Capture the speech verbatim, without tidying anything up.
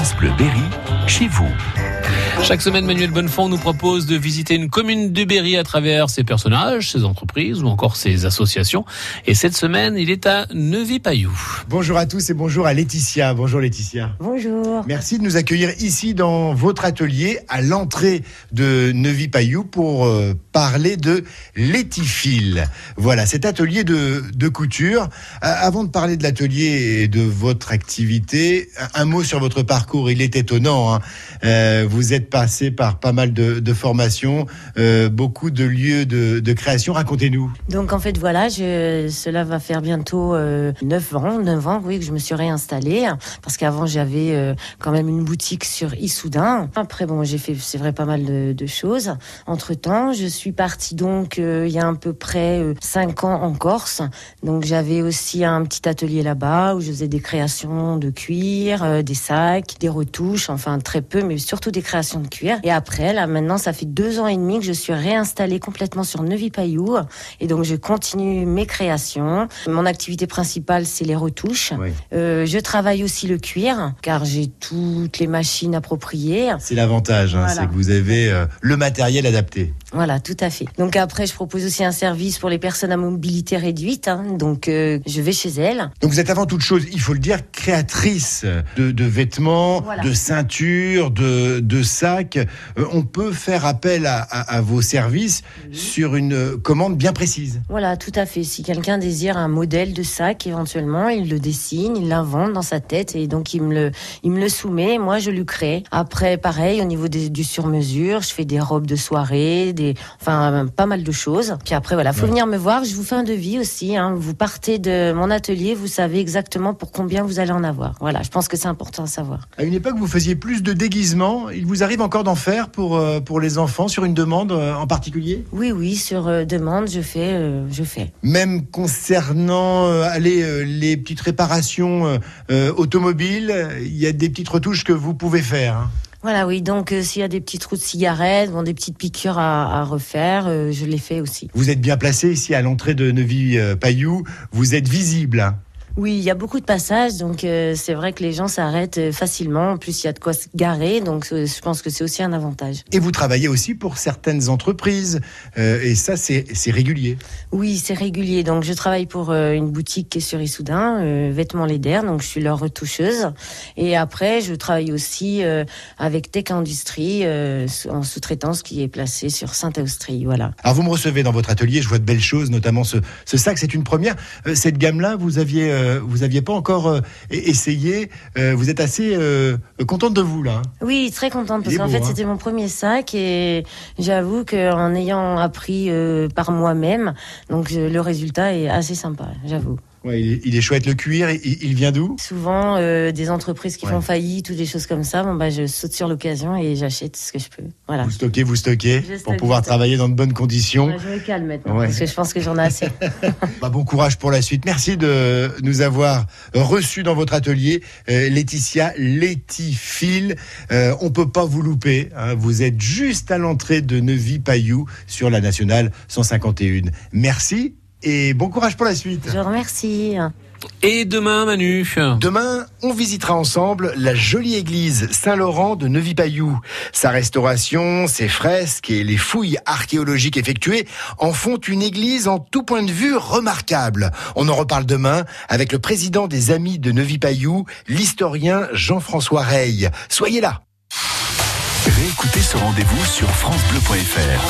France Bleu Berry, chez vous. Chaque semaine, Manuel Bonnefond nous propose de visiter une commune du Berry à travers ses personnages, ses entreprises ou encore ses associations. Et cette semaine, il est à Neuvy-Payou. Bonjour à tous et bonjour à Laetitia. Bonjour Laetitia. Bonjour. Merci de nous accueillir ici dans votre atelier à l'entrée de Neuvy-Payou pour euh, parler de Laetifil. Voilà, cet atelier de, de couture. Euh, avant de parler de l'atelier et de votre activité, un, un mot sur votre parcours. Il est étonnant, hein. Euh, vous êtes passé par pas mal de, de formations, euh, beaucoup de lieux de, de création. Racontez-nous. Donc en fait voilà, je, cela va faire bientôt euh, neuf ans, neuf ans oui, que je me suis réinstallée, parce qu'avant j'avais euh, quand même une boutique sur Issoudun. Après bon, j'ai fait c'est vrai pas mal de, de choses. Entre-temps, je suis partie donc euh, il y a à peu près euh, cinq ans en Corse. Donc j'avais aussi un petit atelier là-bas où je faisais des créations de cuir, euh, des sacs, des retouches, enfin très peu, mais surtout des créations de cuir. Et après, là, maintenant, ça fait deux ans et demi que je suis réinstallée complètement sur Neuvy-Payou. Et donc, je continue mes créations. Mon activité principale, c'est les retouches. Oui. Euh, je travaille aussi le cuir, car j'ai toutes les machines appropriées. C'est l'avantage, hein, voilà. C'est que vous avez euh, le matériel adapté. Voilà, tout à fait. Donc après, je propose aussi un service pour les personnes à mobilité réduite. Hein, donc, euh, je vais chez elles. Donc, vous êtes avant toute chose, il faut le dire, créatrice de, de vêtements, voilà. de ceintures, de, de sacs. Euh, on peut faire appel à, à, à vos services oui. sur une commande bien précise. Voilà, tout à fait. Si quelqu'un désire un modèle de sac, éventuellement, il le dessine, il l'invente dans sa tête et donc il me le, il me le soumet. Moi, je lui crée. Après, pareil, au niveau des, du sur-mesure, je fais des robes de soirée, des, enfin, pas mal de choses. Puis après, voilà, faut ouais. venir me voir. Je vous fais un devis aussi. Hein. Vous partez de mon atelier, vous savez exactement pour combien vous allez en avoir. Voilà, je pense que c'est important à savoir. À une époque, vous faisiez plus de déguisements. Il vous arrive encore d'en faire pour, euh, pour les enfants, sur une demande euh, en particulier ? Oui, oui, sur euh, demande, je fais, euh, je fais. Même concernant euh, allez, euh, les petites réparations euh, euh, automobiles, il y a des petites retouches que vous pouvez faire, hein. Voilà, oui. Donc, euh, s'il y a des petits trous de cigarettes, bon, des petites piqûres à, à refaire, euh, je les fais aussi. Vous êtes bien placé ici à l'entrée de Neuvy-Payou. Vous êtes visible, hein. Oui, il y a beaucoup de passages, donc euh, c'est vrai que les gens s'arrêtent facilement. En plus, il y a de quoi se garer, donc euh, je pense que c'est aussi un avantage. Et vous travaillez aussi pour certaines entreprises, euh, et ça, c'est, c'est régulier. Oui, c'est régulier. Donc, je travaille pour euh, une boutique qui est sur Issoudun, euh, Vêtements Leder, donc je suis leur retoucheuse. Et après, je travaille aussi euh, avec Tech Industrie, euh, en sous-traitance, qui est placée sur Saint-Austrie, voilà. Alors, vous me recevez dans votre atelier, je vois de belles choses, notamment ce, ce sac, c'est une première. Euh, cette gamme-là, vous aviez... Euh, vous n'aviez pas encore euh, essayé. Euh, vous êtes assez euh, contente de vous, là. Oui, très contente, parce qu'en beau, fait, hein. c'était mon premier sac et j'avoue qu'en ayant appris euh, par moi-même, donc euh, le résultat est assez sympa, j'avoue. Ouais, il, est, il est chouette. Le cuir, il, il vient d'où ? Souvent, euh, des entreprises qui ouais. font faillite ou des choses comme ça, bon, bah, je saute sur l'occasion et j'achète ce que je peux. Voilà. Vous stockez, vous stockez, je pour stocke, pouvoir stocke. travailler dans de bonnes conditions. Ouais, je me calme maintenant, ouais. parce que je pense que j'en ai assez. Bah, bon courage pour la suite. Merci de nous avoir reçus dans votre atelier. Euh, Laetitia, Laetifil, euh, on peut pas vous louper, hein. Vous êtes juste à l'entrée de Neuvy-Payou sur la nationale cent cinquante et un. Merci et bon courage pour la suite. Je vous remercie. Et demain, Manu ? Demain, on visitera ensemble la jolie église Saint-Laurent de Neuvy-Payou. Sa restauration, ses fresques et les fouilles archéologiques effectuées en font une église en tout point de vue remarquable. On en reparle demain avec le président des Amis de Neuvy-Payou, l'historien Jean-François Reille. Soyez là. Réécoutez ce rendez-vous sur francebleu point fr.